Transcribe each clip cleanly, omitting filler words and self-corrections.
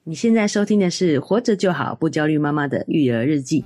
你现在收听的是活着就好不焦虑妈妈的育儿日记。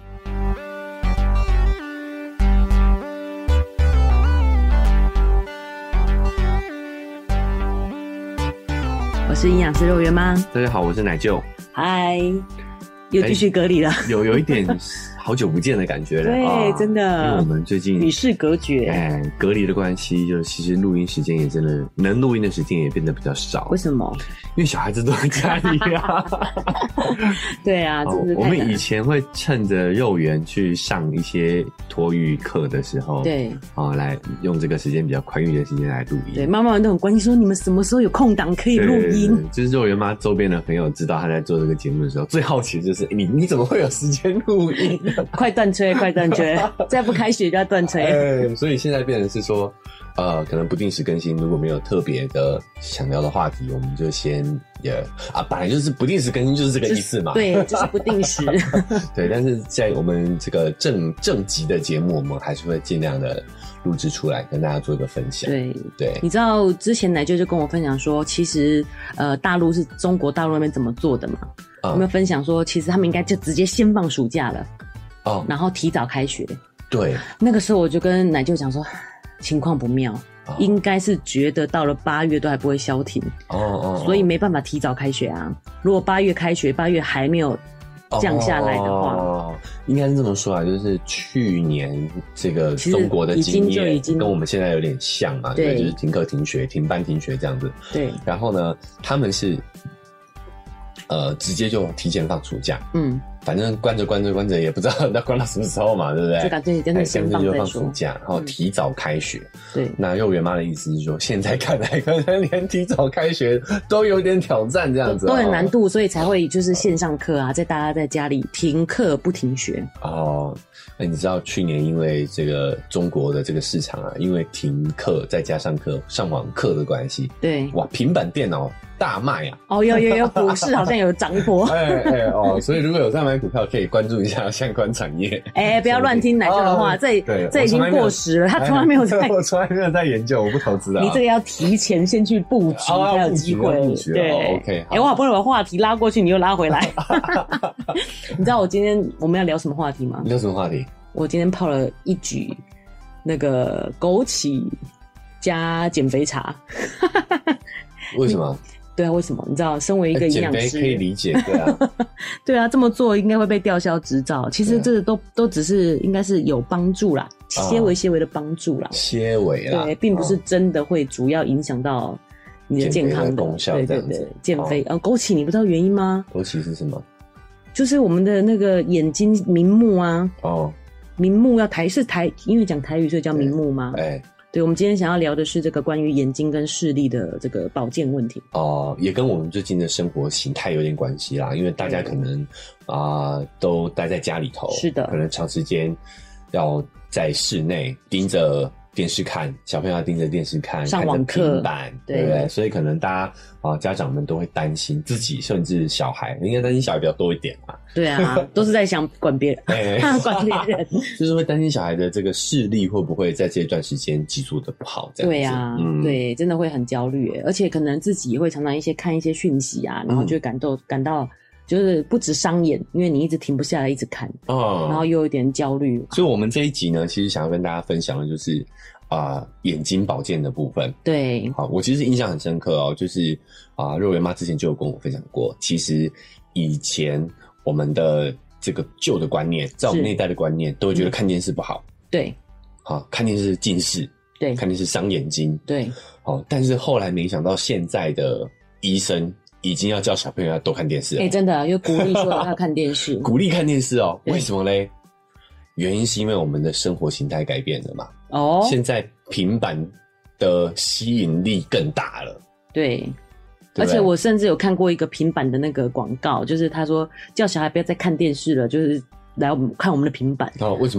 我是营养师肉圆妈。 大家好，我是奶舅。 嗨，又继续隔离了， 有一点好久不见的感觉了。 对，真的， 因为我们最近与世隔绝， 隔离的关系，就其实录音时间也真的能录音的时间也变得比较少。 为什么？ 因为小孩子都在家里啊。 对啊，真是我们以前会趁着肉圆去上一些托育课的时候， 对， 来用这个时间比较宽裕的时间来录音。 对，妈妈们都很关心说你们什么时候有空档可以录音。 对，就是肉圆妈周边的朋友知道她在做这个节目的时候，最好奇的就是你怎么会有时间录音？ 快断吹，快断吹！再不开学就要断吹。 所以现在变成是说，可能不定时更新，如果没有特别的想聊的话题，我们就先本来就是不定时更新，就是这个意思嘛。 对，就是不定时。 对，但是在我们这个正集的节目，我们还是会尽量的录制出来，跟大家做一个分享。对， 你知道之前奶舅就跟我分享说，其实大陆是中国大陆那边怎么做的嘛？我们分享说，其实他们应该就直接先放暑假了。然后提早开学。 对， 那个时候我就跟奶舅讲说，情况不妙，应该是觉得到了8月都还不会消停，所以没办法提早开学啊。如果8月开学，8月还没有降下来的话， 应该是这么说啊，就是去年这个中国的经验跟我们现在有点像嘛，对，就是停课停学、停班停学这样子。对，然后呢，他们是直接就提前放暑假。反正关着也不知道要关到什么时候嘛，对不对？对，真的先放再说。就放暑假，然后提早开学。对，那肉圆妈的意思是说，现在看来可能连提早开学都有点挑战，这样子都很难度，所以才会就是线上课啊，大家在家里停课不停学。 那你知道去年因为这个中国的这个市场啊，因为停课再加上网课的关系，对，哇，平板电脑大卖啊！ 有股市好像有涨一波。 所以如果有在买股票，可以关注一下相关产业。 不要乱听奶舅的话，这已经过时了。他从来没有我从来没有在研究，我不投资的。 你这个要提前先去布局，才有机会。对 ，OK。 我好不容易把话题拉过去，你又拉回来。你知道我今天我们要聊什么话题吗？ 聊什么话题？ 我今天泡了一局那个枸杞加减肥茶。 为什么？ 对啊，为什么？你知道，身为一个营养师， 减肥可以理解，对啊， 对啊，这么做应该会被吊销执照。其实这都只是应该是有帮助啦，些微的帮助啦， 些微啦， 对，并不是真的会主要影响到你的健康的功效。对， 减肥。枸杞你不知道原因吗？ 枸杞是什么？ 就是我们的那个眼睛明目啊。明目要因为讲台语所以叫明目吗？对，我们今天想要聊的是这个关于眼睛跟视力的这个保健问题。 也跟我们最近的生活形态有点关系啦，因为大家可能都待在家里头，是的，可能长时间要在室内盯着电视看，小朋友要盯着电视看， 上网课， 平板，对不对？所以可能大家家长们都会担心自己，甚至小孩，应该担心小孩比较多一点嘛。 对啊，都是在想管别人，管别人， 就是会担心小孩的这个视力会不会在这段时间急速的不好，这样子。 对啊，对，真的会很焦虑耶，而且可能自己也会常常看一些讯息啊，然后就会感到就是不止伤眼，因为你一直停不下来，一直看，然后又有点焦虑。 所以我们这一集呢，其实想要跟大家分享的就是眼睛保健的部分。对，好，我其实印象很深刻就是肉圆妈之前就有跟我分享过，其实以前我们的这个旧的观念，在我们那一代的观念，都会觉得看电视不好。对，看电视近视，对，看电视伤眼睛，对，但是后来没想到现在的医生已经要叫小朋友要多看电视了。真的，又鼓励说要看电视，鼓励看电视哦。为什么嘞？原因是因为我们的生活形态改变了嘛。现在平板的吸引力更大了。对。而且我甚至有看过一个平板的那个广告，就是他说叫小孩不要再看电视了，就是来看我们的平板。为什么？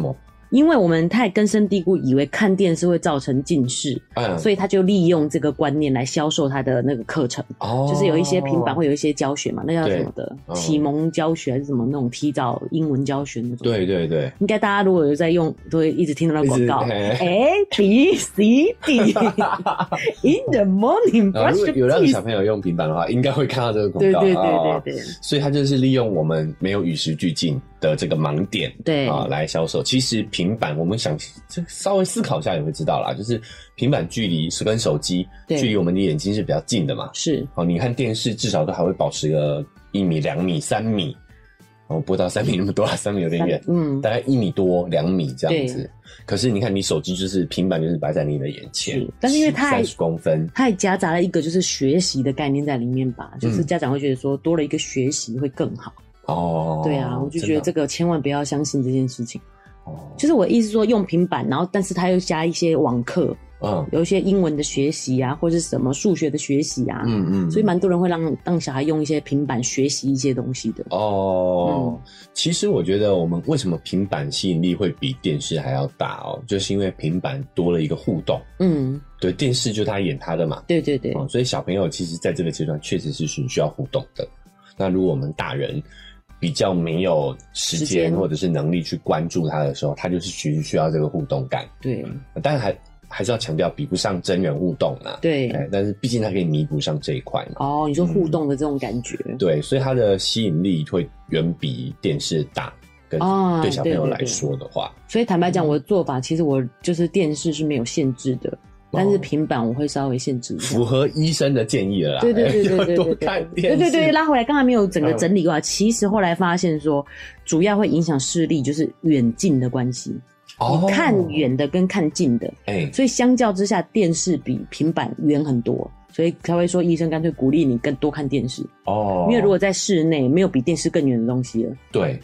因为我们太根深蒂固以为看电视会造成近视，所以他就利用这个观念来销售他的那个课程。就是有一些平板会有一些教学嘛，那叫什么的启蒙教学还是什么那种提早英文教学那种。对对对，应该大家如果有在用，都会一直听到那广告。B C D in the morning。 如果有让小朋友用平板的话，应该会看到这个广告。对对对对对，所以他就是利用我们没有与时俱进的这个盲点，对来销售。其实平板，我们想稍微思考一下也会知道啦，就是平板距离是跟手机距离我们的眼睛是比较近的嘛。是你看电视至少都还会保持个1米、2米、3米。不到3米那么多3米有点远，大概1米多、2米这样子。可是你看，你手机就是平板，就是摆在你的眼前，但是因为30公分，它也夹杂了一个就是学习的概念在里面吧，就是家长会觉得说多了一个学习会更好。对啊，我就觉得这个千万不要相信这件事情。就是我的意思说用平板，然后但是他又加一些网课。有一些英文的学习啊，或是什么数学的学习啊，所以蛮多人会让小孩用一些平板学习一些东西的。其实我觉得我们为什么平板吸引力会比电视还要大就是因为平板多了一个互动。对，电视就他演他的嘛。对对对。所以小朋友其实在这个阶段确实是需要互动的。那如果我们大人比较没有时间或者是能力去关注他的时候，他就是需要这个互动感。对，当然还是要强调比不上真人互动啦。对，但是毕竟它可以弥补上这一块嘛。你说互动的这种感觉。对，所以它的吸引力会远比电视大，跟对小朋友来说的话。所以坦白讲，我的做法其实我就是电视是没有限制的。但是平板我会稍微限制一下，符合医生的建议了啦。对对对对对对，多看电视。对对对，拉回来，刚才没有整个整理过来。其实后来发现说，主要会影响视力就是远近的关系。你看远的跟看近的，所以相较之下，电视比平板远很多，所以才会说医生干脆鼓励你更多看电视。因为如果在室内，没有比电视更远的东西了。对。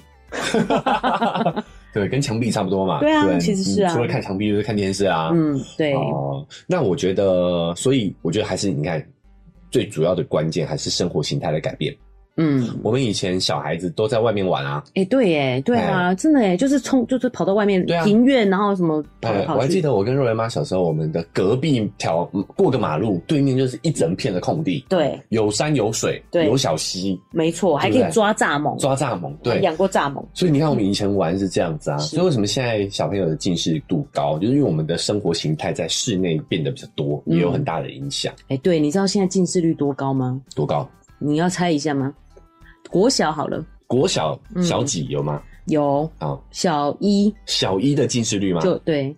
对，跟墙壁差不多嘛。对啊，其实是啊。除了看墙壁，就是看电视啊。对。那我觉得，所以我觉得还是你看，最主要的关键还是生活形态的改变。我们以前小孩子都在外面玩啊。对对啊，真的就是就是跑到外面庭院，然后什么跑来跑去。我还记得我跟若薇妈小时候，我们的隔壁过个马路，对面就是一整片的空地。对，有山有水，有小溪，没错，还可以抓蚱蜢，对，养过蚱蜢。所以你看，我们以前玩是这样子啊。所以为什么现在小朋友的近视度高，就是因为我们的生活形态在室内变得比较多，也有很大的影响。对，你知道现在近视率多高吗？多高？你要猜一下吗？国小好了，国小小几有吗？有。小一的近视率吗？就对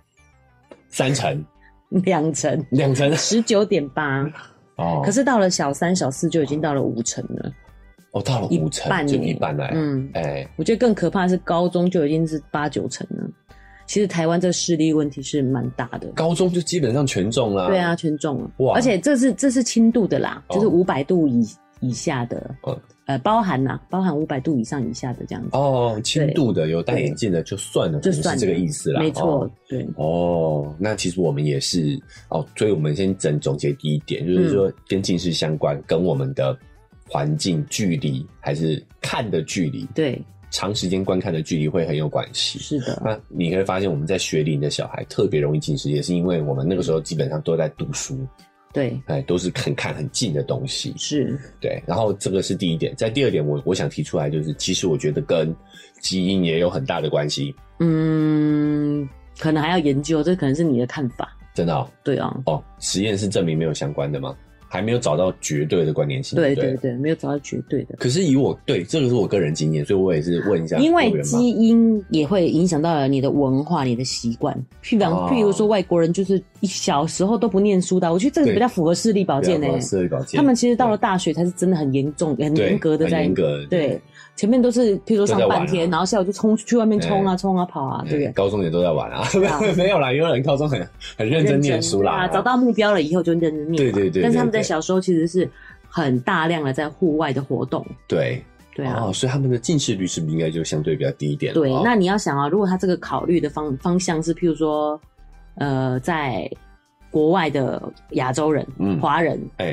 ，3成、2成、19.8。可是到了小3、小4就已经到了5成了。到了5成，就一半了。我觉得更可怕的是高中就已经是8、9成了。其实台湾这个视力问题是蛮大的，高中就基本上全中啦。对啊，全中了。哇！而且这是轻度的啦，就是500度以下的。包含500度以上以下的这样子。轻度的有戴眼镜的就算了，就是这个意思啦。没错，对。那其实我们也是所以我们先总结第一点，就是说跟近视相关，跟我们的环境距离还是看的距离，对，长时间观看的距离会很有关系。是的。那你会发现我们在学龄的小孩特别容易近视，也是因为我们那个时候基本上都在读书。对，都是看很近的东西，是对。然后这个是第一点，在第二点我想提出来就是，其实我觉得跟基因也有很大的关系。可能还要研究，这可能是你的看法。真的对啊。实验是证明没有相关的吗？还没有找到绝对的关联性。对对对，没有找到绝对的。可是以我对这个是我个人经验，所以我也是问一下。因为基因也会影响到你的文化、你的习惯。譬如说外国人就是小时候都不念书的，我觉得这个比较符合视力保健视力保健。他们其实到了大学才是真的很严重、很严格的在对。前面都是譬如说上半天，然后下午就去外面冲啊跑啊，对不对？高中也都在玩啊。没有啦，有人高中很认真念书啦，找到目标了以后就认真念。对。但是他们在小时候其实是很大量的在户外的活动。对啊。所以他们的近视率是不是应该就相对比较低一点？对。那你要想啊，如果他这个考虑的方向是譬如说在国外的亚洲人、华人，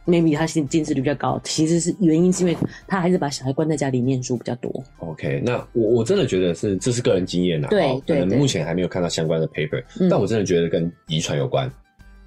maybe 他近视率比较高，其实是原因是因为他还是把小孩关在家里念书比较多。 OK， 那我真的觉得这是个人经验啦， 对， 可能目前还没有看到相关的 paper，但我真的觉得跟遗传有关。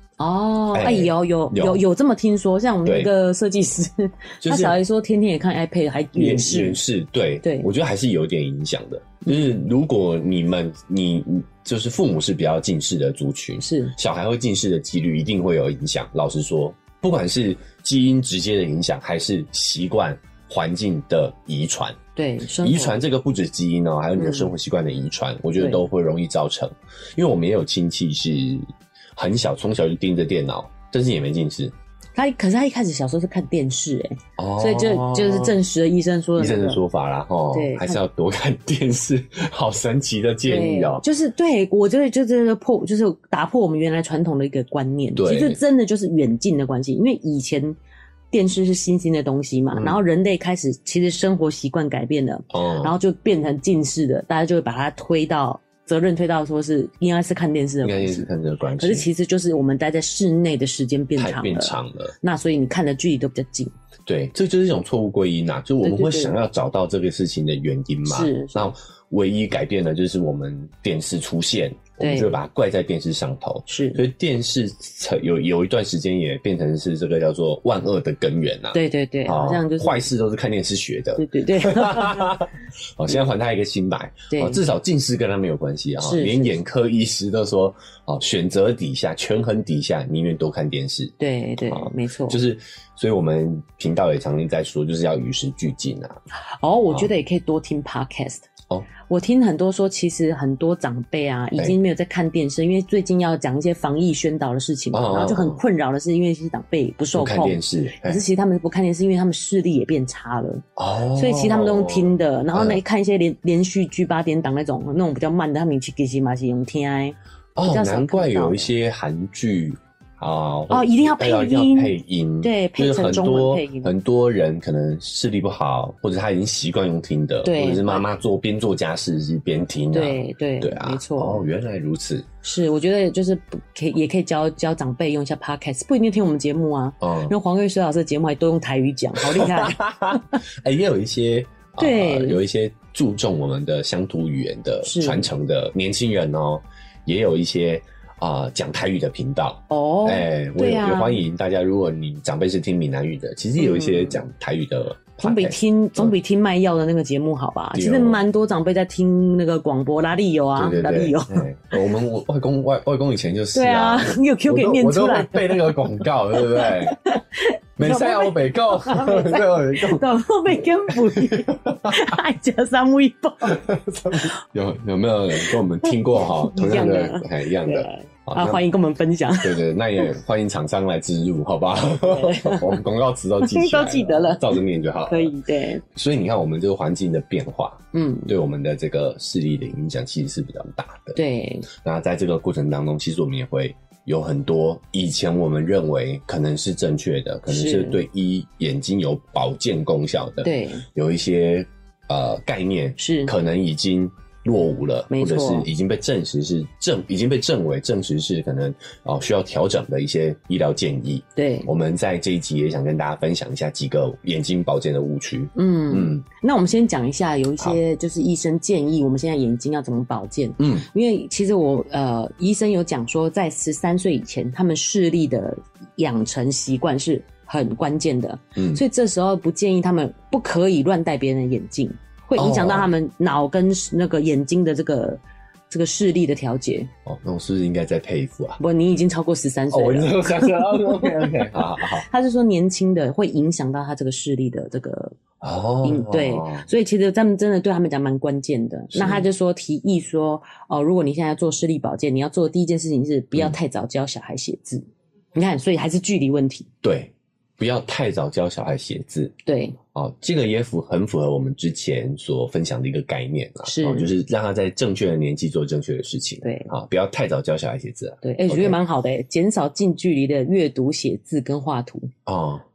有这么听说，像我们那个设计师，他小孩说天天也看 iPad 还远视， 对，我觉得还是有点影响的。就是如果你就是父母是比较近视的族群，是小孩会近视的几率一定会有影响。老实说，不管是基因直接的影响，还是习惯环境的遗传， 对， 遗传这个不止基因哦，还有你的生活习惯的遗传，我觉得都会容易造成。因为我们也有亲戚是很小，从小就盯着电脑，但是也没近视。 可是他一开始小时候是看电视所以就是证实了医生说的医生的说法啦，对，还是要多看电视，好神奇的建议哦。 就是对我觉得就是打破我们原来传统的一个观念，其实真的就是远近的关系，因为以前电视是新兴的东西嘛，然后人类开始其实生活习惯改变了，然后就变成近视的，大家就会把它责任推到说是应该是看电视的关系， 应该是看这个关系。 可是其实就是我们待在室内的时间变长了，那所以你看的距离都比较近。 对，这就是一种错误归因啊，就我们会想要找到这个事情的原因嘛。是，那唯一改变的就是我们电视出现，我们就会把它怪在电视上头。是，所以电视有一段时间也变成是这个叫做万恶的根源啊。 对，好像就是坏事都是看电视学的。 对。 现在还他一个清白。对，至少近视跟他没有关系啊。连眼科医师都说，选择底下权衡底下，宁愿多看电视。 对，没错。 就是，所以我们频道也常常在说，就是要与时俱进啊。 我觉得也可以多听 podcast。我听很多说，其实很多长辈啊，已经没有在看电视，因为最近要讲一些防疫宣导的事情嘛，然后就很困扰的是，因为这些长辈不受控， 不看电视， 可是其实他们不看电视，因为他们视力也变差了，所以其实他们都用听的，然后呢，看一些连续剧8点档那种比较慢的，他们其实嘛是用听难怪有一些韩剧。 一定要配音， 对，配成中文配音。 很多人可能视力不好，或者他已经习惯用听的，或者是妈妈边做家事边听对啊，没错。 原来如此。 是，我觉得就是也可以教长辈用一下 podcast， 不一定听我们节目啊。因为黄瑞水老师的节目还都用台语讲，好厉害。 也有一些有一些注重我们的乡土语言的传承的年轻人也有一些。讲台语的频道我也欢迎大家。如果你长辈是听闽南语的，其实有一些讲台语的， 总比听卖药的那个节目好吧？其实蛮多长辈在听那个广播，拉力油啊，拉力油。 我们外公以前就是对啊，你有 Q 给念出来， 我都会背那个广告，对不对？美赛欧北告， 广播被跟不爱加三微包。 有没有人跟我们听过同样的一样的？ 欢迎跟我们分享。 对，那也欢迎厂商来植入，好吧？我们广告词都记得了，照着念就好了。 可以，对。 所以你看，我们这个环境的变化，对我们的这个视力的影响其实是比较大的。对。那在这个过程当中，其实我们也会有很多以前我们认为可能是正确的，可能是对眼睛有保健功效的，对，有一些概念是可能已经落伍了，或者是已经被证实已经被证实是可能需要调整的一些医疗建议。对，我们在这一集也想跟大家分享一下几个眼睛保健的误区。 那我们先讲一下，有一些就是医生建议我们现在眼睛要怎么保健。因为其实医生有讲说，在13岁以前，他们视力的养成习惯是很关键的。所以这时候不建议他们不可以乱戴别人的眼镜。会影响到他们脑跟那个眼睛的这个视力的调节。 那我是不是应该再配一副啊？ 不，你已经超过13岁了。 我已经超过13岁了。OK， 好。 他是说年轻的会影响到他这个视力的这个对，所以其实他们真的对他们讲蛮关键的。那他就说提议说，如果你现在要做视力保健，你要做的第一件事情是不要太早教小孩写字。你看，所以还是距离问题。 对。不要太早教小孩写字。对，这个也很符合我们之前所分享的一个概念啦，是，就是让他在正确的年纪做正确的事情。对，不要太早教小孩写字啊。 对，我觉得蛮好的减少近距离的阅读、写字跟画图。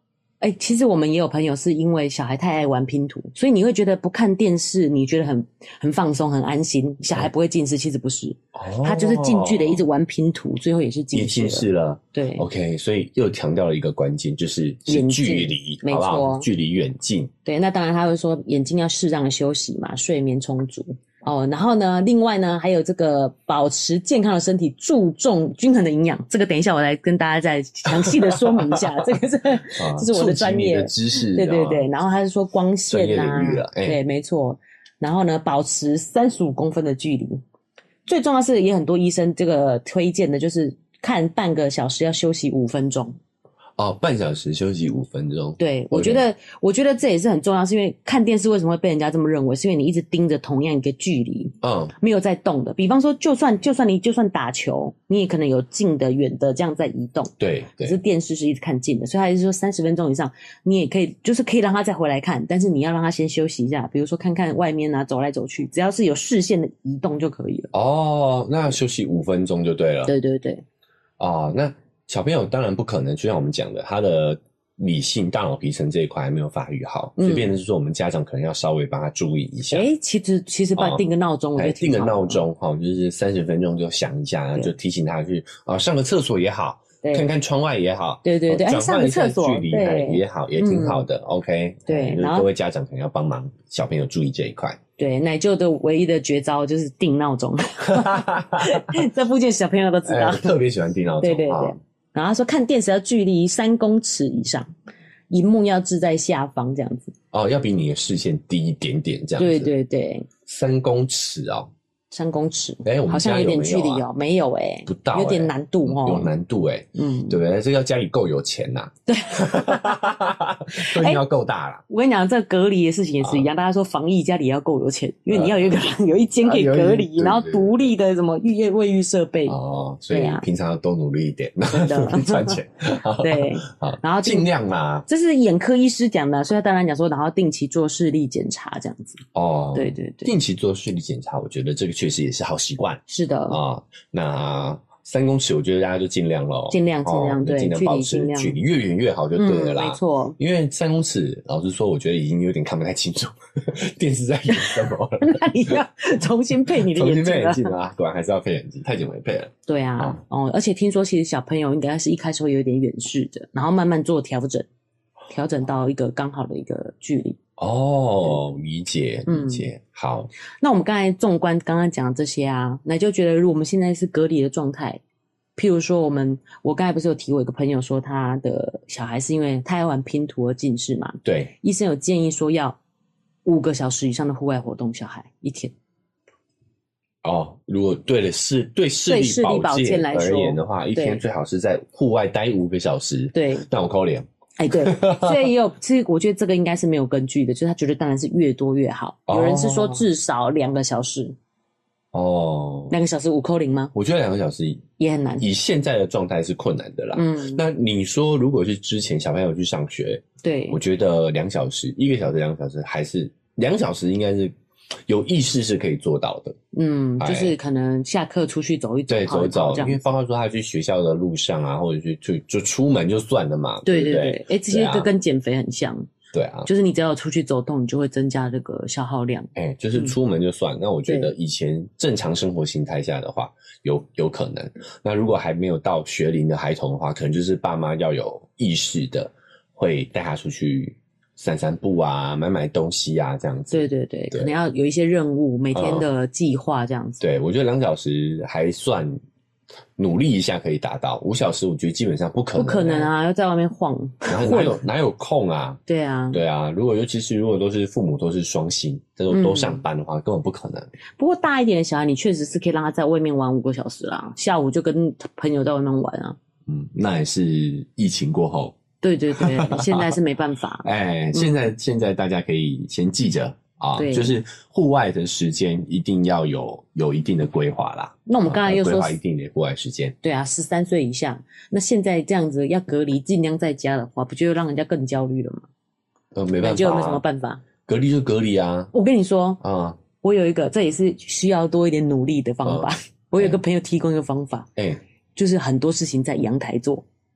其实我们也有朋友是因为小孩太爱玩拼图，所以你会觉得不看电视你觉得很放松很安心，小孩不会近视，其实不是，他就是近距离一直玩拼图，最后也是近视了。对 OK， 所以又强调了一个关键，就是距离， 没错， 距离远近。 对，那当然他会说眼睛要适当的休息嘛，睡眠充足。然后呢，另外呢，还有这个保持健康的身体，注重均衡的营养。这个等一下我来跟大家再详细的说明一下，这个是这是我的专业的知识。 对对对，然后他是说光线啊， 专业领域了， 对，没错。然后呢，保持35公分的距离。最重要是也很多医生这个推荐的就是看半个小时要休息5分钟。 半小时休息5分钟。 对，我觉得这也是很重要，是因为看电视为什么会被人家这么认为，是因为你一直盯着同样一个距离，没有在动的。比方说，就算你打球，你也可能有近的、远的这样在移动。 对， 可是电视是一直看近的，所以他是说30分钟以上，你也可以可以让他再回来看，但是你要让他先休息一下，比如说看看外面啊，走来走去，只要是有视线的移动就可以了。 那休息5分钟就对了。 对对对。 那小朋友当然不可能，就像我们讲的，他的理性大脑皮层这一块还没有发育好，所以变成是说我们家长可能要稍微帮他注意一下。 其实帮定个闹钟，我觉得定个闹钟就是30分钟就响一下，然后就提醒他去上个厕所也好，看看窗外也好， 对对对， 转换一下距离也好，也挺好的。OK， 对， 然后各位家长可能要帮忙小朋友注意这一块。 对，奶舅的唯一的绝招就是定闹钟，这附近小朋友都知道， 特别喜欢定闹钟。 对对对。然后他说看电视要距离3公尺以上，萤幕要置在下方这样子。 要比你的视线低一点点这样子。 对对对 ，3公尺 3公尺， 我们好像有点距离没有不到有点难度有难度对不对？这要家里够有钱呐。对，都一定要够大啦。 我跟你讲，这隔离的事情也是一样，大家说防疫家里要够有钱，因为你要有一间可以隔离，然后独立的什么卫浴设备。 所以平常要多努力一点，努力赚钱。 对，然后尽量嘛。 这是眼科医师讲的，所以他当然讲说，然后定期做视力检查这样子。对对对， 定期做视力检查，我觉得这个确实也是好习惯。 是的那3公尺，我觉得大家就尽量咯， 尽量对， 尽量保持距离越远越好就对了啦。 没错， 因为3公尺，老实说，我觉得已经有点看不太清楚电视在演什么了。 那你要重新配你的眼镜， 重新配眼镜啊，果然还是要配眼镜，太久没配了。对啊，而且听说其实小朋友应该是一开始会有点远视的，然后慢慢做调整到一个刚好的一个距离。 理解。好， 那我们刚才纵观刚刚讲的这些啊，那就觉得如果我们现在是隔离的状态，譬如说我刚才不是有提我一个朋友说他的小孩是因为太爱玩拼图而近视嘛？ 对， 医生有建议说要5个小时以上的户外活动，小孩一天。 如果对视力保健来而言的话，一天最好是在户外待5个小时。对，但我扣脸。 对，所以其实我觉得这个应该是没有根据的，就是他觉得当然是越多越好。有人是说至少2个小时。2个小时5扣0吗？ 我觉得2个小时也很难， 以现在的状态是困难的啦。那你说如果是之前小朋友去上学，对，我觉得2小时1个小时2个小时还是2小时应该是有意识是可以做到的。 就是可能下课出去走一走， 对，走一走，因为包括说他去学校的路上啊，或者就出门就算了嘛。对对对， 这些跟减肥很像。 对啊， 就是你只要有出去走动，你就会增加这个消耗量。 就是出门就算。那我觉得以前正常生活形态下的话，有可能。那如果还没有到学龄的孩童的话，可能就是爸妈要有意识的，会带他出去散步啊，买东西啊，这样子。对对对，可能要有一些任务，每天的计划这样子。对，我觉得2小时还算努力一下可以达到，5小时我觉得基本上不可能。不可能啊，要在外面晃，然后哪有空啊？对啊，对啊。尤其是如果都是父母都是双薪，都上班的话，根本不可能。不过大一点的小孩，你确实是可以让他在外面玩5个小时啦，下午就跟朋友在外面玩啊。那也是疫情过后。对对对，现在是没办法。现在大家可以先记着啊，就是户外的时间一定要有一定的规划啦。那我们刚才又说规划一定的户外时间。对啊，13岁以下。那现在这样子要隔离，尽量在家的话，不就让人家更焦虑了吗？没办法，就有没有什么办法？隔离就隔离啊。我跟你说我有一个，这也是需要多一点努力的方法。我有一个朋友提供一个方法，就是很多事情在阳台做。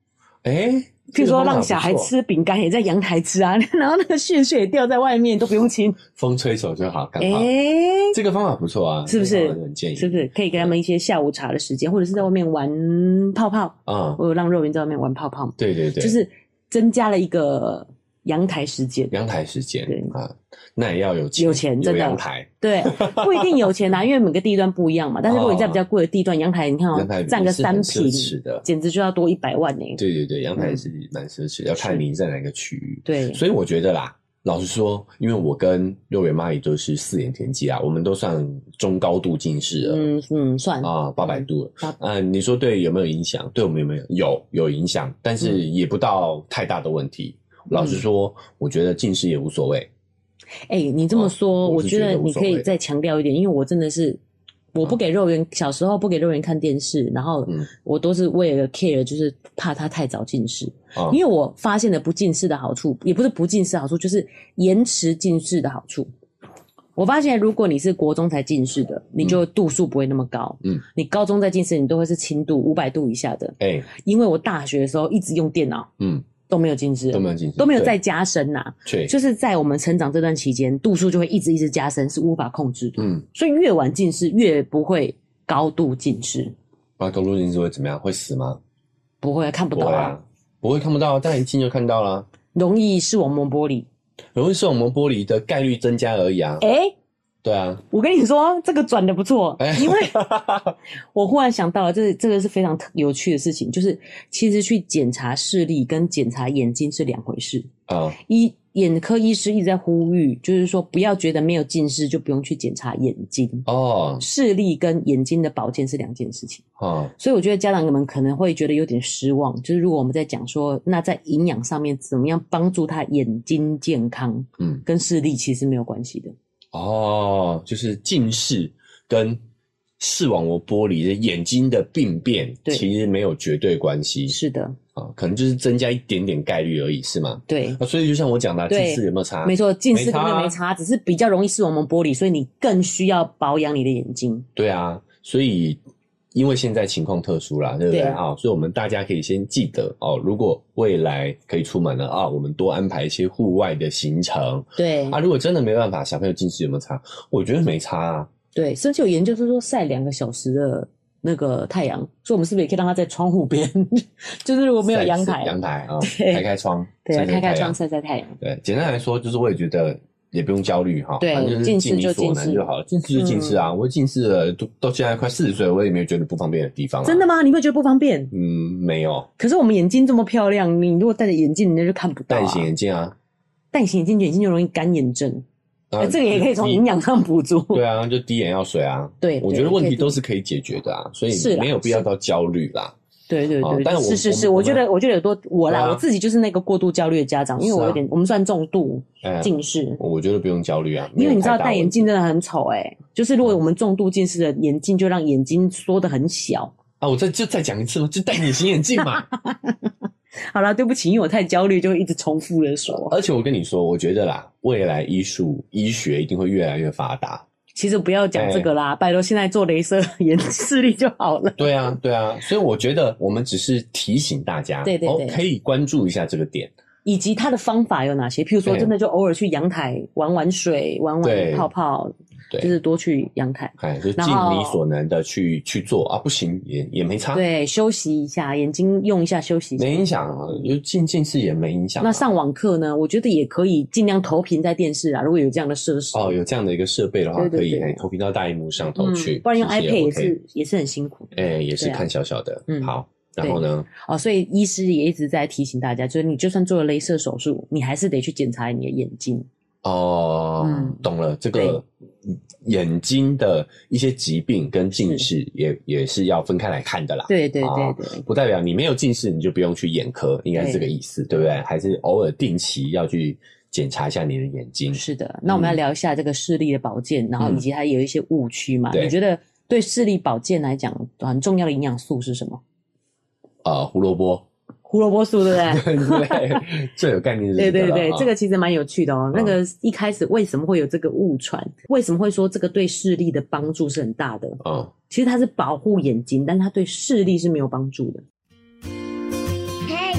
譬如说让小孩吃饼干也在阳台吃啊，然后那个屑也掉在外面都不用清， 风吹走就好，刚好。这个方法不错啊， 是不是？ 很建议， 是不是可以给他们一些下午茶的时间，或者是在外面玩泡泡啊？我有让肉圆在外面玩泡泡， 对对对， 就是增加了一个阳台时间， 对啊，那也要有钱， 真的阳台， 对，不一定有钱啊，因为每个地段不一样嘛。但是如果你在比较贵的地段，阳台你看占个3坪，简直就要多100万呢。 对对对，阳台是蛮奢侈的，要看你在哪个区域。 对， 所以我觉得啦，老实说，因为我跟肉圆妈也都是4眼田鸡啊，我们都算中高度近视了。 算啊 ，800度了。你说对有没有影响？对我们有没有？有影响，但是也不到太大的问题。老实说，我觉得近视也无所谓。 你这么说，我觉得你可以再强调一点，因为我真的是，我不给肉圆，小时候不给肉圆看电视，然后我都是为了 care， 就是怕他太早近视。因为我发现了不近视的好处，也不是不近视的好处，就是延迟近视的好处。我发现如果你是国中才近视的，你就度数不会那么高。你高中再近视，你都会是轻度500度以下的。因为我大学的时候一直用电脑。都没有近视，都没有再加深呐。就是在我们成长这段期间，度数就会一直加深，是无法控制的。所以越晚近视越不会高度近视。 高度近视会怎么样？会死吗？ 不会，看不到啊。 不会看不到，但一近就看到了。 容易视网膜剥离， 的概率增加而已啊。对啊， 我跟你说，这个转得不错，因为我忽然想到了，这个是非常有趣的事情，就是其实去检查视力跟检查眼睛是两回事啊。眼科医师一直在呼吁，就是说不要觉得没有近视就不用去检查眼睛哦。视力跟眼睛的保健是2件事情哦。所以我觉得家长们可能会觉得有点失望，就是如果我们在讲说，那在营养上面怎么样帮助他眼睛健康，跟视力其实没有关系的。 就是近视跟视网膜剥离的眼睛的病变，其实没有绝对关系。 是的， 可能就是增加一点点概率而已，是吗？ 对。 所以就像我讲的，近视有没有差？ 没错，近视根本没差，只是比较容易视网膜剥离，所以你更需要保养你的眼睛。 对啊，所以因为现在情况特殊啦，对不对？所以我们大家可以先记得如果未来可以出门了我们多安排一些户外的行程。 对如果真的没办法，小朋友近视有没有差？我觉得没差啊。 对，甚至有研究是说晒2个小时的那个太阳，所以我们是不是也可以让它在窗户边？就是如果没有阳台开窗， 对，开窗晒太阳。 对，简单来说就是我也觉得也不用焦虑对，就是尽你所能就好了。近视就近视啊，我近视了到现在快40岁，我也没有觉得不方便的地方。 真的吗？你没有觉得不方便？ 没有。可是我们眼睛这么漂亮，你如果戴着眼镜，你就看不到。 戴隐形眼镜啊， 戴隐形眼镜就容易干眼症。这个也可以从营养上补足。 对啊，就滴眼药水啊。 对， 我觉得问题都是可以解决的啊，所以没有必要到焦虑啦。 对对对，但是，我觉得有多我自己就是那个过度焦虑的家长，因为我们算重度近视。 我觉得不用焦虑啊， 因为你知道戴眼镜真的很丑就是如果我们重度近视的眼镜就让眼睛缩得很小我再讲一次就戴隐形眼镜嘛。 好啦，对不起，因为我太焦虑，就会一直重复的说。 而且我跟你说，我觉得啦，未来医学一定会越来越发达。 其实不要讲这个啦，拜托，现在做雷射眼视力就好了。 对啊，对啊，所以我觉得我们只是提醒大家，对，可以关注一下这个点， 以及它的方法有哪些。譬如说，真的就偶尔去阳台玩水，玩泡泡。对，就是多去阳台， 就尽你所能的去做不行也没差。 对，休息一下，眼睛用一下休息一下， 没影响就近视也没影响。 那上网课呢？我觉得也可以尽量投屏在电视如果有这样的设施有这样的一个设备的话，可以投屏到大荧幕上投去， 不然用 iPad 也是很辛苦。 也是看小小的。好，然后呢？ 所以医师也一直在提醒大家，就是你就算做了雷射手术，你还是得去检查你的眼睛。 懂了，这个眼睛的一些疾病跟近视也是要分开来看的啦。 对对对对， 不代表你没有近视你就不用去眼科，应该是这个意思，对不对？还是偶尔定期要去检查一下你的眼睛。是的， 那我们要聊一下这个视力的保健，然后以及它有一些误区嘛。你觉得对视力保健来讲很重要的营养素是什么？ 胡萝卜素，对不对？ 对，最有概念是这个。 对对对，这个其实蛮有趣的那个一开始为什么会有这个误传？为什么会说这个对视力的帮助是很大的？其实它是保护眼睛，但它对视力是没有帮助的。 嗨，大家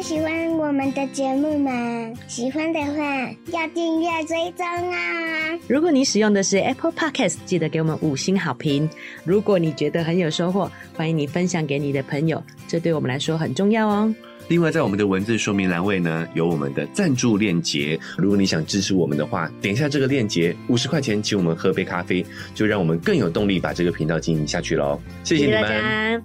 喜欢我们的节目吗？喜欢的话要订阅追踪啊！ 如果你使用的是 Apple Podcast， 记得给我们5星好评。如果你觉得很有收获，欢迎你分享给你的朋友，这对我们来说很重要哦。 另外在我们的文字说明栏位呢，有我们的赞助链接，如果你想支持我们的话，点一下这个链接，50块钱请我们喝杯咖啡，就让我们更有动力把这个频道经营下去咯。谢谢你们。 谢谢大家。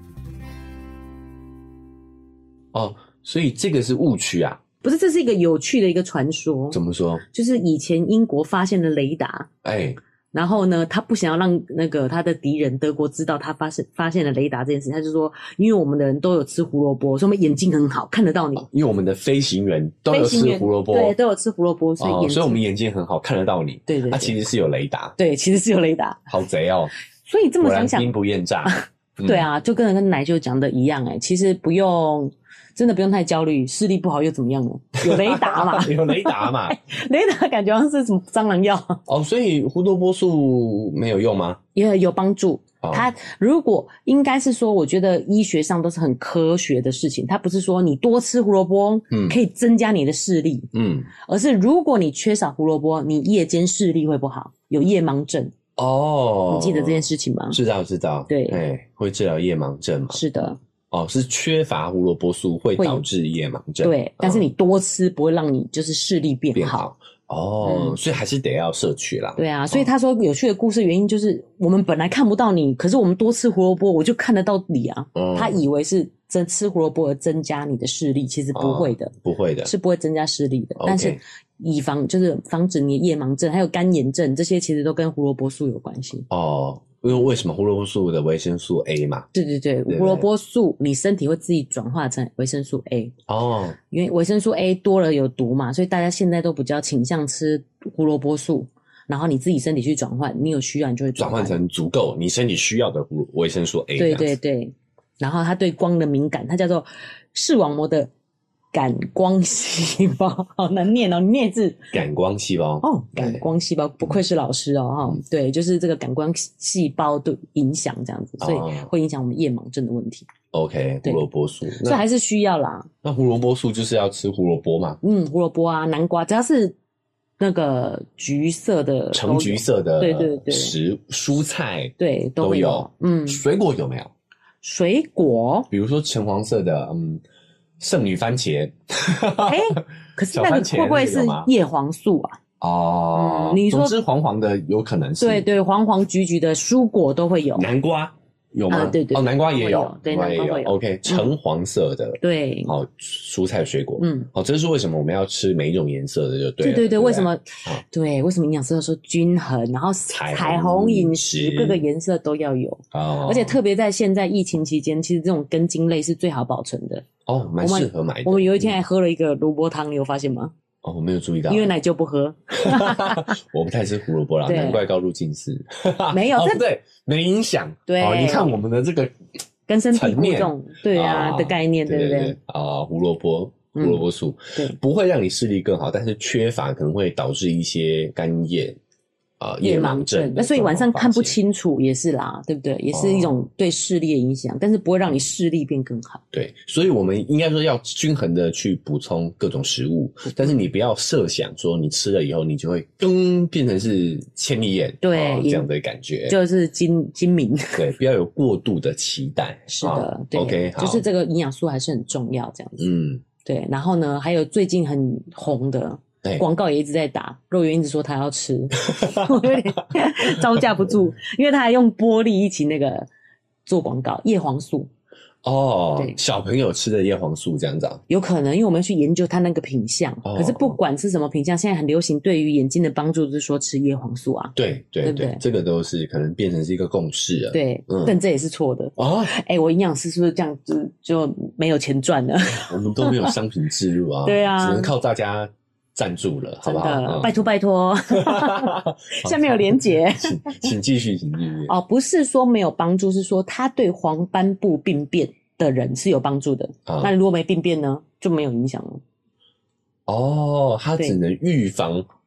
哦，所以这个是误区啊？ 不是，这是一个有趣的一个传说。 怎么说？ 就是以前英国发现了雷达，然后呢，他不想要让那个他的敌人德国知道他发现了雷达这件事，他就说，因为我们的人都有吃胡萝卜，所以我们眼睛很好，看得到你。 因为我们的飞行员都有吃胡萝卜， 对，都有吃胡萝卜，所以所以我们眼睛很好，看得到你。 对， 它其实是有雷达。 对，其实是有雷达。 好贼哦！ 所以这么想想， 兵不厌诈。 对啊，就跟奶舅讲的一样其实真的不用太焦虑，视力不好又怎么样呢？有雷达嘛？ 有雷达嘛？ 雷达感觉好像是什么蟑螂药所以胡萝卜素没有用吗？ 也有帮助。它如果应该是说，我觉得医学上都是很科学的事情，它不是说你多吃胡萝卜可以增加你的视力，而是如果你缺少胡萝卜，你夜间视力会不好，有夜盲症。你记得这件事情吗？ 知道。对，会治疗夜盲症嘛？是的。是缺乏胡萝卜素会导致夜盲症。 对，但是你多吃不会让你就是视力变好。 所以还是得要摄取啦。 对啊，所以他说有趣的故事原因就是我们本来看不到你，可是我们多吃胡萝卜我就看得到你啊。他以为是吃胡萝卜而增加你的视力，其实不会的。不会的，是不会增加视力的。但是就是防止你的夜盲症还有干眼症，这些其实都跟胡萝卜素有关系。 因为为什么胡萝卜素的维生素 A 嘛？ 对，胡萝卜素你身体会自己转化成维生素 A。因为维生素 A 多了有毒嘛，所以大家现在都比较倾向吃胡萝卜素，然后你自己身体去转换，你有需要你就会转换成足够你身体需要的维生素 A。 对，然后它对光的敏感，它叫做视网膜的感光细胞，好难念你念字。 感光细胞感光细胞，不愧是老师对，就是这个感光细胞的影响这样子，所以会影响我们夜盲症的问题。 OK， 胡萝卜素， 所以还是需要啦。 那胡萝卜素就是要吃胡萝卜嘛？胡萝卜啊，南瓜，只要是那个橘色的、 橙橘色的， 对， 蔬菜对都有。 水果有没有？ 水果， 比如说橙黄色的，圣女番茄。 可是那个会不会是叶黄素啊？你说总之黄黄的有可能是。对， 黄黄橘橘的蔬果都会有。 南瓜有吗？ 对， 南瓜也有， 对，南瓜会有。 OK， 橙黄色的， 对， 蔬菜水果，这是为什么我们要吃每一种颜色的，就对了。 对，为什么？对，为什么营养师说均衡，然后彩虹饮食，各个颜色都要有。而且特别在现在疫情期间，其实这种根茎类是最好保存的。 蛮适合买的。 我们有一天还喝了一个萝卜汤，你有发现吗？ 我没有注意到， 因为奶就不喝。 我不太吃胡萝卜啦，难怪高度近视。 没有， 对，没影响。 对， 你看我们的这个根深蒂固这种的概念，对不对？ 胡萝卜素，对，不会让你视力更好，但是缺乏可能会导致一些干眼。夜盲症， 那所以晚上看不清楚也是啦，对不对？也是一种对视力的影响，但是不会让你视力变更好。 对，所以我们应该说要均衡的去补充各种食物，但是你不要设想说你吃了以后你就会变成是千里眼，对，这样的感觉， 就是精明。 对，不要有过度的期待。 是的，对 ，OK， 就是这个营养素还是很重要，这样子。对。然后呢，还有最近很红的。广告也一直在打，肉圆一直说他要吃，我有点招架不住，因为他还用玻璃一起那个做广告，叶黄素。 对，小朋友吃的叶黄素这样子有可能，因为我们去研究它那个品相，可是不管是什么品相，现在很流行，对于眼睛的帮助就是说吃叶黄素啊。 对，这个都是可能变成是一个共识了。 对，但这也是错的我营养师是不是这样就没有钱赚了？ 我们都没有商品置入啊， 对啊， 只能靠大家赞助了，好不好？ 拜托，下面有连结， 请继续。 不是说没有帮助，是说它对黄斑部病变的人是有帮助的。那如果没病变呢，就没有影响了。 它只能预防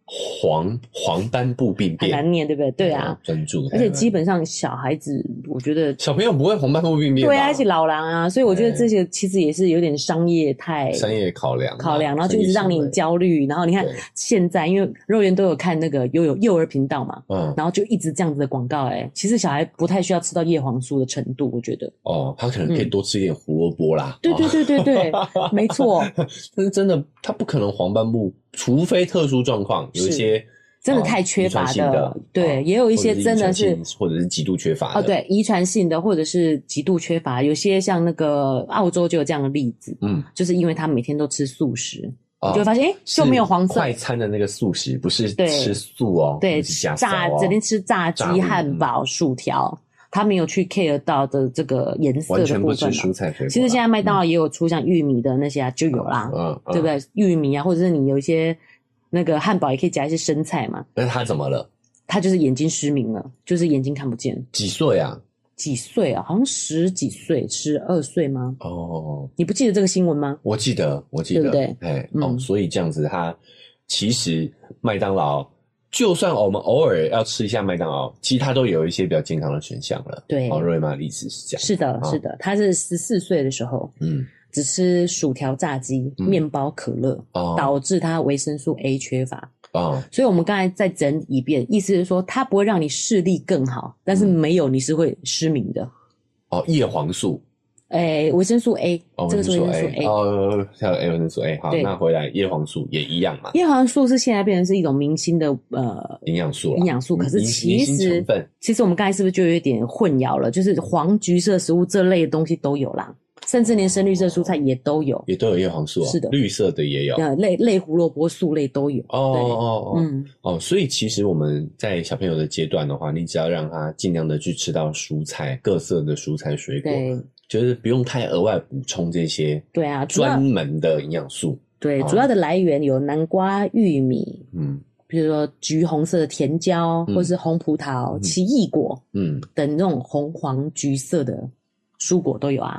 黄斑部病变， 很难念，对不对？对啊， 专注。 而且基本上小孩子，我觉得小朋友不会黄斑部病变吧， 对啊，而且老人啊，所以我觉得这些其实也是有点商业考量，然后就一直让你焦虑。然后你看现在，因为肉圆都有看那个幼儿频道嘛，然后就一直这样子的广告，其实小孩不太需要吃到叶黄素的程度，我觉得。 他可能可以多吃一点胡萝卜啦。 对，没错。 但是真的，他不可能黄斑部，除非特殊状况，有一些真的太缺乏的，对，也有一些真的是或者是极度缺乏的， 对，遗传性的或者是极度缺乏，有些像那个澳洲就有这样的例子，就是因为他每天都吃素食，你就会发现就没有黄色。 快餐的那个素食不是吃素哦， 对，整天吃炸鸡、汉堡、薯条。他没有去 care 到的这个颜色的部分，完全不吃蔬菜水果。 其实现在麦当劳也有出像玉米的那些啊，就有啦，对不对？玉米啊，或者是你有一些那个汉堡也可以加一些生菜嘛。 但是他怎么了？ 他就是眼睛失明了，就是眼睛看不见。 几岁啊？ 几岁啊？好像10几岁，12岁吗？你不记得这个新闻吗？ 我记得，对不对？所以这样子，他其实麦当劳。就算我们偶尔要吃一下麦当劳，其实它都有一些比较健康的选项了。对，肉圆妈的意思是这样。 是的，是的，他是14岁的时候，只吃薯条、炸鸡、面包、可乐，导致他维生素 A 缺乏。所以我们刚才再整一遍，意思是说，它不会让你视力更好，但是没有你是会失明的。 叶黄素。 维生素 A， 这个是维生素 A。 还有维生素 A。好，那回来叶黄素也一样嘛。 叶黄素是现在变成是一种明星的营养素， 可是其实我们刚才是不是就有一点混淆了？就是黄橘色食物这类的东西都有啦，甚至连深绿色蔬菜也都有叶黄素。 是的， 绿色的也有， 类胡萝卜素类都有。 所以其实我们在小朋友的阶段的话，你只要让他尽量的去吃到蔬菜，各色的蔬菜水果。就是不用太额外补充这些专门的营养素。对， 主要的来源有南瓜、玉米，比如说橘红色的甜椒，或是红葡萄、奇异果，等那种红黄橘色的蔬果都有啊。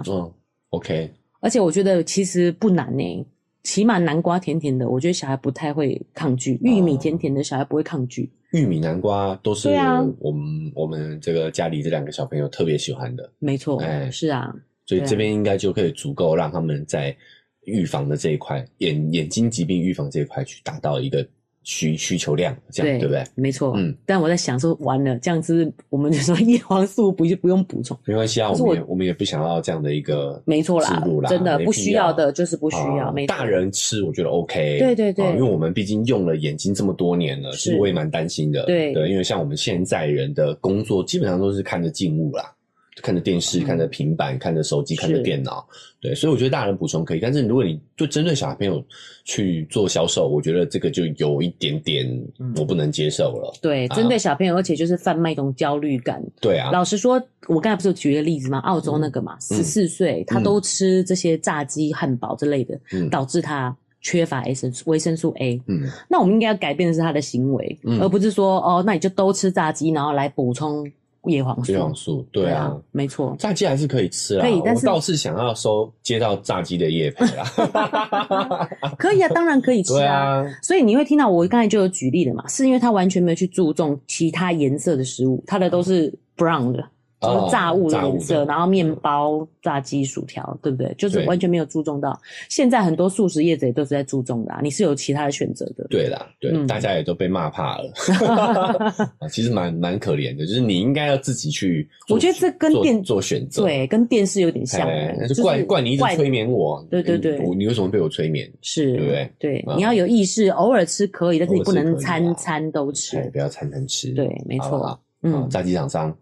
OK。 而且我觉得其实不难欸，起码南瓜甜甜的，我觉得小孩不太会抗拒；玉米甜甜的，小孩不会抗拒。 玉米、南瓜都是我们这个家里这2个小朋友特别喜欢的。 没错，是啊， 所以这边应该就可以足够让他们在预防的这一块，眼睛疾病预防这一块去达到一个需求量，这样 对不对？ 没错。但我在想说，完了这样子，我们就说叶黄素不用补充， 没关系啊，我们也不想要这样的一个没错啦，真的不需要的就是不需要。 大人吃我觉得 OK， 对， 因为我们毕竟用了眼睛这么多年了，其实我也蛮担心的。对，因为像我们现在人的工作基本上都是看着静物啦。看着电视，看着平板，看着手机，看着电脑，对，所以我觉得大人补充可以，但是如果你就针对小朋友去做销售，我觉得这个就有一点点我不能接受了。对， 针对小朋友，而且就是贩卖一种焦虑感。 对啊， 老实说，我刚才不是有举个例子吗？澳洲那个嘛，14岁他都吃这些炸鸡、汉堡之类的，导致他缺乏维生素 A。那我们应该要改变的是他的行为，而不是说那你就都吃炸鸡，然后来补充叶黄素， 对啊， 没错， 炸鸡还是可以吃啦。可以，但是我倒是想要接到炸鸡的业配啦。 可以啊，当然可以吃啊。所以你会听到我刚才就有举例了嘛，是因为他完全没有去注重其他颜色的食物，他的都是 brown 的。就是炸物的颜色，然后面包、炸鸡、薯条，对不对？就是完全没有注重到。现在很多素食业者也都是在注重的啊，你是有其他的选择的。 对啦，对，大家也都被骂怕了。其实蛮可怜的，就是你应该要自己去。 我觉得这跟做选择， 对，跟电视有点像。 就怪你一直催眠我。 对， 你为什么被我催眠？ 是， 对不对？ 对，你要有意识，偶尔吃可以，但是你不能餐餐都吃。 不要餐餐吃。 对，没错。 炸鸡厂商。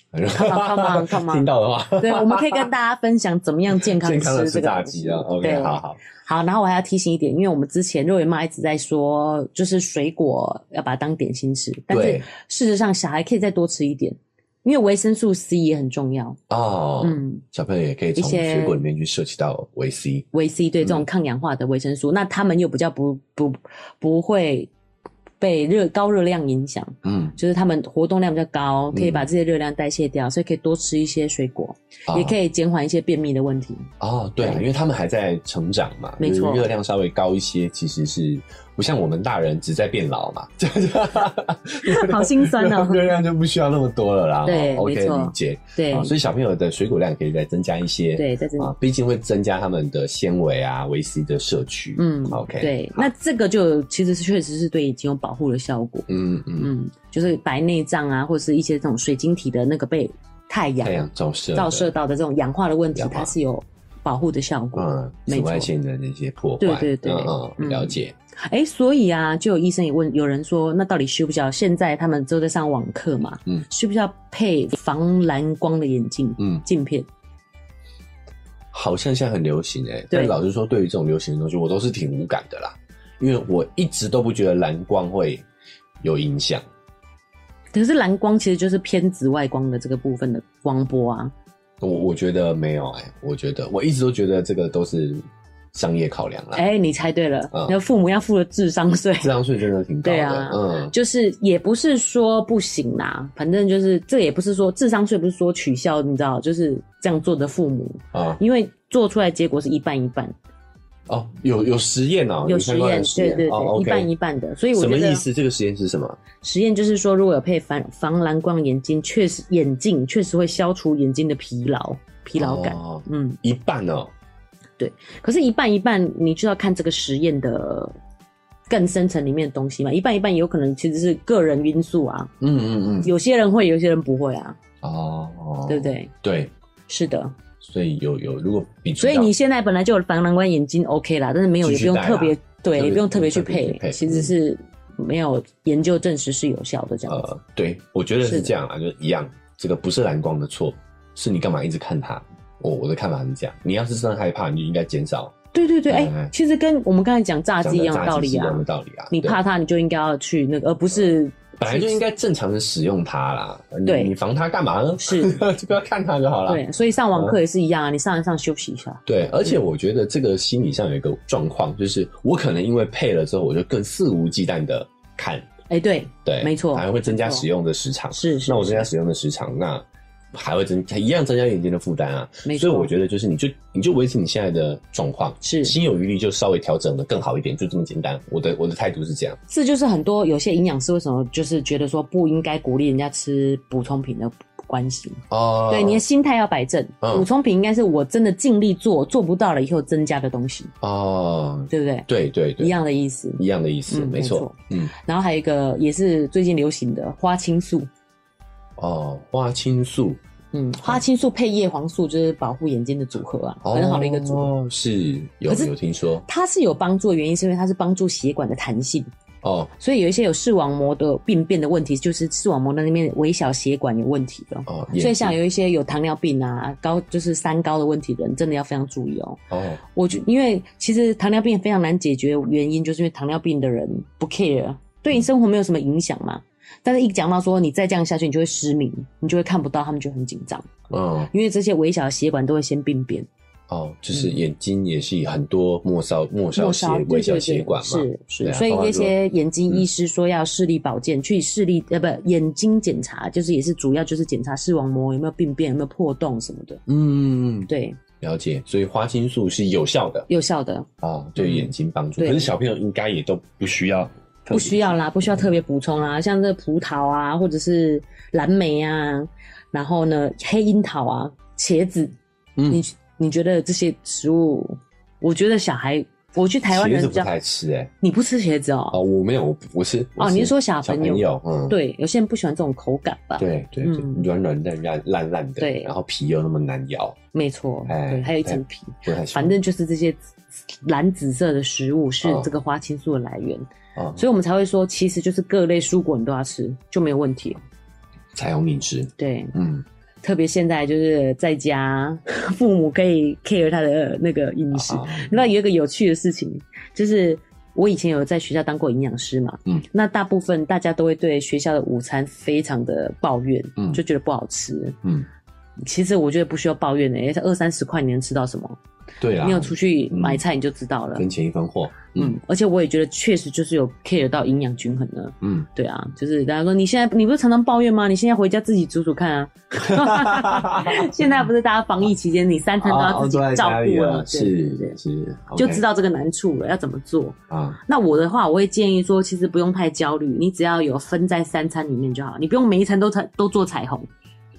Come on 听到的话， 对，我们可以跟大家分享怎么样健康的吃炸鸡啊。OK， 好， 然后我还要提醒一点，因为我们之前肉圆妈一直在说，就是水果要把它当点心吃，但是事实上小孩可以再多吃一点，因为维生素 C 也很重要哦。 小朋友也可以从水果里面去摄取到维 C， 对，这种抗氧化的维生素，那他们又比较不会被高热量影响，就是他们活动量比较高，可以把这些热量代谢掉，所以可以多吃一些水果，也可以减缓一些便秘的问题。 对，因为他们还在成长嘛，没错，热量稍微高一些，其实是不像我们大人只在变老嘛， 好心酸哦。 热量就不需要那么多了啦。 对， OK， 没错， 理解。 对， 所以小朋友的水果量可以再增加一些。 对，再增加， 毕竟会增加他们的纤维啊、维 C 的摄取。OK， 对，那这个就其实确实是对眼睛有保护的效果。就是白内障啊，或者是一些这种水晶体的那个被太阳照射到的这种氧化的问题，它是有保护的效果。 紫外线的那些破坏。 对， 了解。 所以啊，就有医生也问，有人说，那到底需不需要？现在他们都在上网课嘛，需不需要配防蓝光的眼镜？镜片。 好像现在很流行但老实说，对于这种流行的东西，我都是挺无感的啦，因为我一直都不觉得蓝光会有影响。 可是蓝光其实就是偏紫外光的这个部分的光波啊。 我觉得没有我一直都觉得这个都是商业考量啦。 你猜对了，那父母要付的智商税， 智商税真的挺高的。 对啊，就是也不是说不行啦，反正就是这也不是说智商税不是说取消，你知道，就是这样做的父母因为做出来结果是一半一半。 有实验有实验，对，一半一半的，所以我觉得什么意思？这个实验是什么？ 实验就是说，如果有配防蓝光眼镜，眼镜确实会消除眼睛的疲劳感。 一半哦。 对，可是一半一半，你就要看这个实验的更深层里面的东西嘛。一半一半有可能其实是个人因素啊。有些人会，有些人不会啊。对不对？ 对， 是的。 所以有如果所以你现在本来就有防蓝光眼镜 OK 啦，但是没有也不用特别也不用特别去配，其实是没有研究证实是有效的这样子。 对，我觉得是这样啊，就一样，这个不是蓝光的错，是你干嘛一直看它？我的看法是这样，你要是真的害怕，你就应该减少。对， 其实跟我们刚才讲炸鸡一样的道理啊，你怕它，你就应该要去那个，而不是。 本来就应该正常的使用它啦，你防它干嘛呢？是就不要看它就好了。 对，所以上网课也是一样啊，你上一上休息一下。 对，而且我觉得这个心理上有一个状况，就是我可能因为配了之后，我就更肆无忌惮的看。 对，没错， 还会增加使用的时长。是，那我增加使用的时长，那还会一样增加眼睛的负担啊。所以我觉得就是你就维持你现在的状况，是心有余力就稍微调整的更好一点，就这么简单。我的态度是这样。 这就是很多有些营养师为什么就是觉得说不应该鼓励人家吃补充品的关系。对，你的心态要摆正。补充品应该是我真的尽力做不到了以后增加的东西。对不对？对，一样的意思，没错。然后还有一个也是最近流行的花青素。 花青素。 花青素配叶黄素就是保护眼睛的组合啊，很好的一个组合。 是有听说， 它是有帮助的原因是因为它是帮助血管的弹性。所以有一些有视网膜的病变的问题，就是视网膜那边微小血管有问题的。所以像有一些有糖尿病啊、就是三高的问题的人，真的要非常注意因为其实糖尿病非常难解决，原因就是因为糖尿病的人不 care， 对你生活没有什么影响嘛。但是一讲到说你再这样下去你就会失明，你就会看不到，他们就很紧张。因为这些微小的血管都会先病变。 就是眼睛也是很多末梢微小血管嘛。 是，所以一些眼睛医师说要视力保健，去眼睛检查，就是也是主要就是检查视网膜有没有病变，有没有破洞什么的。对， 了解。所以花青素是有效的对眼睛帮助。可是小朋友应该也都不需要啦，不需要特别补充啊，像这葡萄啊，或者是蓝莓啊，然后呢黑樱桃啊、茄子，你觉得这些食物？我觉得小孩，我去台湾人茄子不太吃你不吃茄子我没有，我吃你是说小朋友？对，有些人不喜欢这种口感吧？ 对，软软的、烂烂的，对，然后皮又那么难咬， 没错，对，还有一层皮，反正就是这些蓝紫色的食物是这个花青素的来源。所以我们才会说，其实就是各类蔬果你都要吃，就没有问题了。 彩虹饮食， 对，特别现在就是在家，父母可以 care 他的那个饮食。那有一个有趣的事情，就是我以前有在学校当过营养师嘛，那大部分大家都会对学校的午餐非常的抱怨，就觉得不好吃。 其实我觉得不需要抱怨的，20-30块你能吃到什么？ 对啊， 你有出去买菜你就知道了， 分钱一分货。 而且我也觉得确实就是有 care 到营养均衡的。对啊，就是大家说你不是常常抱怨吗？你现在回家自己煮煮看啊。现在不是大家防疫期间，你3餐都要自己照顾了， 是， 就知道这个难处了，要怎么做啊？那我的话，我会建议说，其实不用太焦虑，你只要有分在3餐里面就好，你不用每一餐都做彩虹。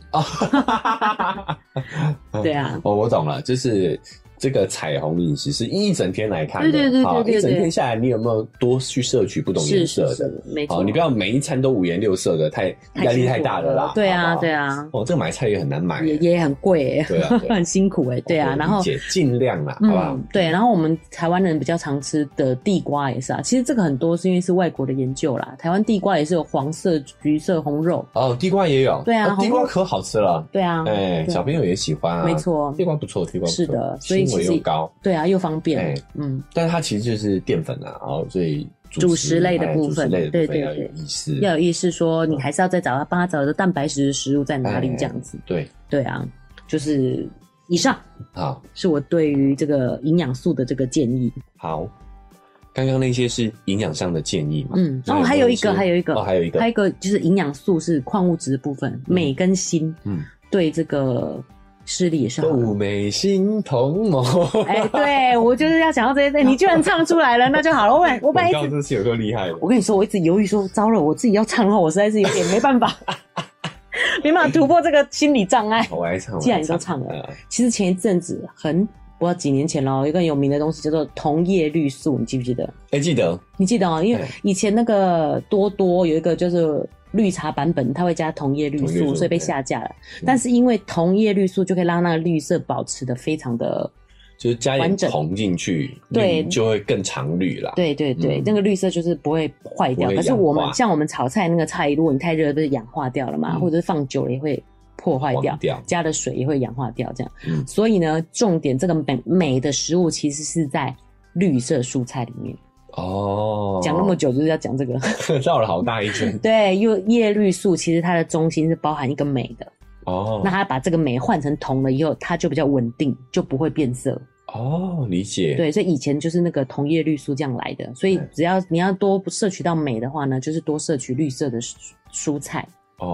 对啊， 我懂了，就是这个彩虹饮食是一整天来看的， 对， 一整天下来，你有没有多去摄取不同颜色的？ 没错， 你不要每一餐都5颜6色的，压力太大了啦。 对啊， 好对啊。 这个买菜也很难买， 也很贵， 对啊， 很辛苦对啊。然后尽量啦，好不好？ 对，然后我们台湾人比较常吃的地瓜也是啊，其实这个很多是因为是外国的研究啦。台湾地瓜也是有黄色、橘色、红肉。 地瓜也有。 对啊， 地瓜可好吃了。 对啊， 小朋友也喜欢啊。 没错， 地瓜不错，地瓜不错。 是的，所以纤维又高。 对啊，又方便。 但是它其实就是淀粉啊，所以主食类的部分，对， 要有意识， 要有意识说，你还是要再帮他找的蛋白质的食物在哪里，这样子。对啊，就是以上好， 是我对于这个营养素的这个建议。 好，刚刚那些是营养上的建议嘛？ 然后还有一个就是营养素是矿物质的部分，镁跟锌，对这个视力也是好的。 斗美心同谋。 对，我就是要讲到这些。你居然唱出来了，那就好了。我本来广告真是有够厉害的。 我跟你说，我一直犹豫说，糟了，我自己要唱的话，我实在是有点没办法，没办法突破这个心理障碍。 我来唱， 既然你都唱了，其实前一阵子不知道几年前咯，有一个很有名的东西叫做铜叶绿素，你记不记得？ 记得。 你记得因为以前那个多多有一个就是绿茶版本，它会加铜叶绿素，所以被下架了。但是因为铜叶绿素就可以让那个绿色保持的非常的就是加一点铜进去，对，就会更常绿啦。 对，那个绿色就是不会坏掉。可是像我们炒菜那个菜，如果你太热，不是氧化掉了嘛？或者是放久了也会破坏掉，加了水也会氧化掉，这样。所以呢，重点这个镁的食物其实是在绿色蔬菜里面。讲那么久就是要讲这个， 绕了好大一圈。 对，因为叶绿素其实它的中心是包含一个镁的。那它把这个镁换成铜了以后，它就比较稳定，就不会变色。 理解。 对，所以以前就是那个铜叶绿素这样来的。所以只要你要多摄取到镁的话呢，就是多摄取绿色的蔬菜。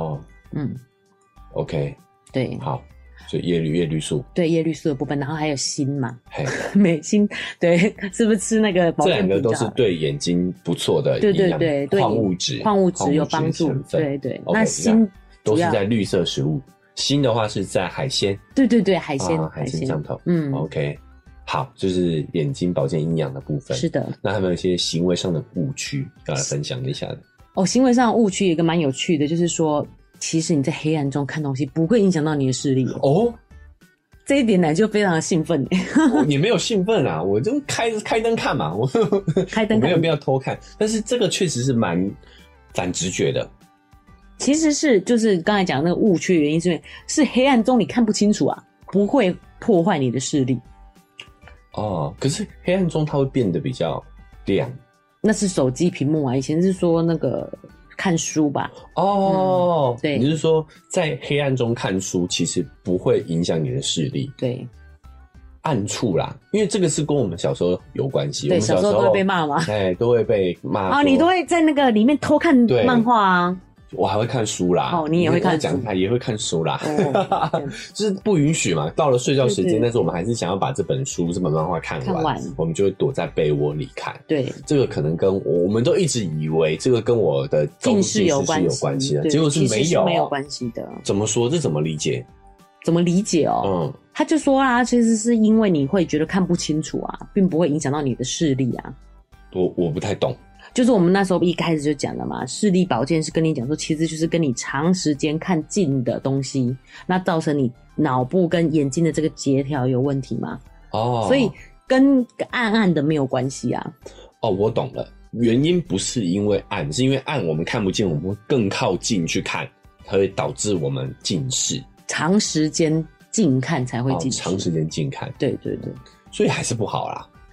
OK， 对， 好。所以叶绿素， 对，叶绿素的部分，然后还有锌嘛，镁锌，对，是不是吃那个保健品？ 这2个都是对眼睛不错的营养，对，矿物质有帮助，对。那锌都是在绿色食物，锌的话是在海鲜， 对，海鲜上头，OK， 好，就是眼睛保健营养的部分， 是的。 那还有一些行为上的误区要来分享一下的。 行为上的误区有一个蛮有趣的，就是说，其实你在黑暗中看东西不会影响到你的视力这一点呢就非常的兴奋你没有兴奋啊，我就开灯看嘛，开灯看，我没有必要偷看，但是这个确实是蛮反直觉的。 其实是就是刚才讲的那个误区的原因，是黑暗中你看不清楚啊，不会破坏你的视力。 可是黑暗中它会变得比较亮， 那是手机屏幕啊，以前是说那个看书吧。 对，你是说在黑暗中看书其实不会影响你的视力？对，暗处啦，因为这个是跟我们小时候有关系。 对，小时候都会被骂吗？ 都会被骂。 你都会在那个里面偷看漫画啊。 我还会看书啦。你也会看书？也会看书啦。就是不允许嘛，到了睡觉时间，但是我们还是想要把这本书、这本漫画看完，我们就会躲在被窝里看。对，这个可能跟我们都一直以为这个跟我的近视有关系的，结果是没有关系的。 怎么说？这怎么理解？ 他就说啊，其实是因为你会觉得看不清楚啊，并不会影响到你的视力啊。 我不太懂。 就是我们那时候一开始就讲了嘛，视力保健是跟你讲说，其实就是跟你长时间看近的东西，那造成你脑部跟眼睛的这个协调有问题嘛。所以跟暗暗的没有关系啊。 我懂了，原因不是因为暗，是因为暗我们看不见，我们会更靠近去看，它会导致我们近视。 长时间近看才会近视。 长时间近看， 对， 所以还是不好啦。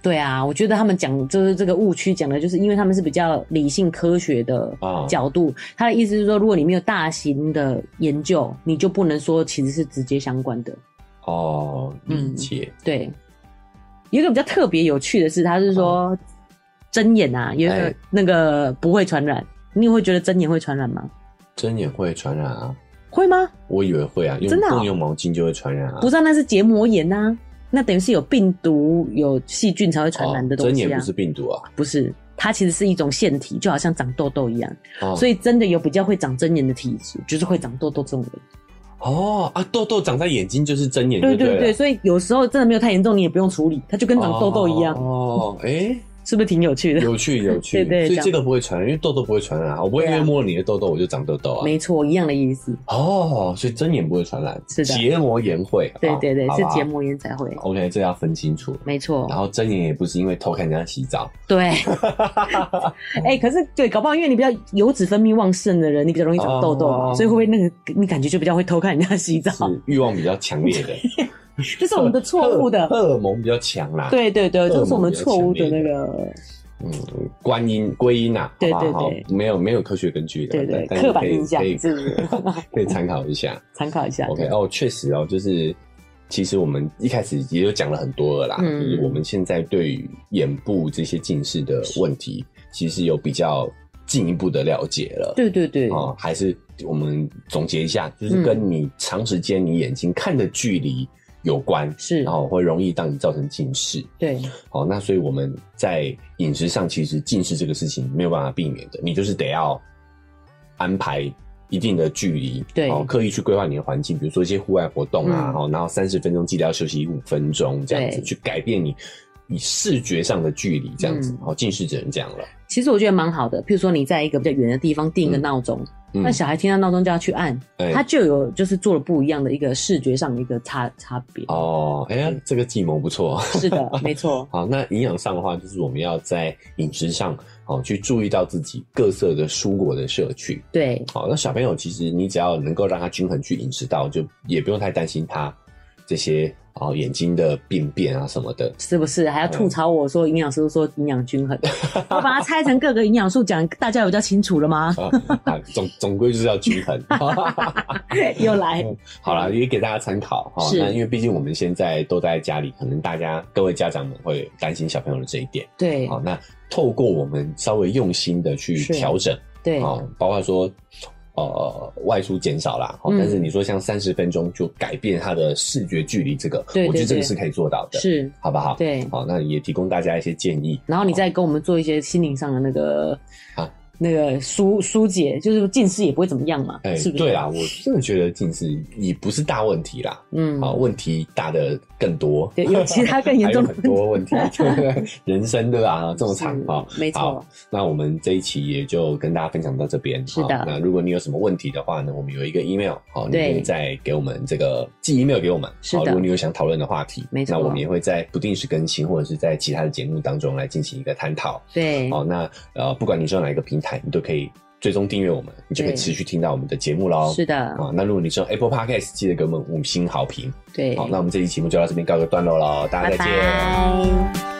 对啊，我觉得他们讲就是这个误区讲的就是因为他们是比较理性科学的角度，他的意思是说如果你没有大型的研究，你就不能说其实是直接相关的。 理解。 对，有一个比较特别有趣的是，他是说针眼啊，有一个那个不会传染，你会觉得针眼会传染吗？ 针眼会传染啊？ 会吗？ 我以为会啊，共用毛巾就会传染啊。 不是，那是结膜炎啊，那等于是有病毒、有细菌才会传染的东西啊。 针眼不是病毒啊？ 不是，它其实是一种腺体，就好像长痘痘一样，所以真的有比较会长针眼的体质，就是会长痘痘这种人。 痘痘长在眼睛就是针眼， 对，所以有时候真的没有太严重，你也不用处理，它就跟长痘痘一样。是不是挺有趣的？ 有趣。对，所以这个不会传染，因为痘痘不会传染啊，我不会因为摸了你的痘痘我就长痘痘啊。 没错，一样的意思。 所以针眼不会传染， 是的， 结膜炎会。 对，是结膜炎才会。 OK， 这要分清楚。 没错。 然后针眼也不是因为偷看人家洗澡。 对。可是对，搞不好因为你比较油脂分泌旺盛的人，你比较容易长痘痘，所以会不会那个你感觉就比较会偷看人家洗澡？ 是欲望比较强烈的。 这是我们的错误的， 荷尔蒙比较强啦。 对，这是我们错误的那个归因啊， 对， 没有科学根据的， 对，刻板印象可以参考一下， OK， 确实就是其实我们一开始也有讲了很多了啦，就是我们现在对于眼部这些近视的问题，其实有比较进一步的了解了。 对， 还是我们总结一下，就是跟你长时间你眼睛看的距离有关， 是， 然后会容易让你造成近视。 对， 那所以我们在饮食上，其实近视这个事情没有办法避免的，你就是得要安排一定的距离， 对， 刻意去规划你的环境，比如说一些户外活动啊，然后30分钟记得要休息5分钟，这样子去改变你视觉上的距离，这样子，近视只能这样了。 其实我觉得蛮好的，譬如说你在一个比较远的地方定一个闹钟，那小孩听到闹钟就要去按，他就有就是做了不一样的一个视觉上的一个差别。 这个计谋不错。 是的，没错。 好，那营养上的话，就是我们要在饮食上去注意到自己各色的蔬果的摄取。 对， 好，那小朋友其实你只要能够让他均衡去饮食到，就也不用太担心他这些眼睛的病变啊什么的， 是不是？还要吐槽我说营养师说营养均衡，我把它拆成各个营养素讲，大家有比较清楚了吗？ 总归就是要均衡。 又来， 好啦，也给大家参考。那因为毕竟我们现在都在家里，可能各位家长们会担心小朋友的这一点。 对， 那透过我们稍微用心的去调整， 对， 包括说外出减少啦，但是你说像30分钟就改变他的视觉距离，这个我觉得这个是可以做到的， 是， 好不好？ 对， 好，那也提供大家一些建议， 然后你再跟我们做一些心灵上的那个疏解，就是近视也不会怎么样嘛，是不是？ 对啦，我真的觉得近视也不是大问题啦，问题大的更多， 对，有其他更严重的还有很多问题，人生对吧？这么长没错。 那我们这一期也就跟大家分享到这边， 是的。 那如果你有什么问题的话呢，我们有一个 email，你可以再给我们这个寄 email 给我们， 是的。 如果你有想讨论的话题， 没错， 那我们也会在不定时更新，或者是在其他的节目当中来进行一个探讨。 对， 那不管你是用哪一个平台，你都可以追踪订阅我们，你就可以持续听到我们的节目咯。 是的， 那如果你是用 Apple Podcast， 记得给我们5星好评。 对， 好，那我们这期节目就到这边告个段落咯，大家再见。 拜拜。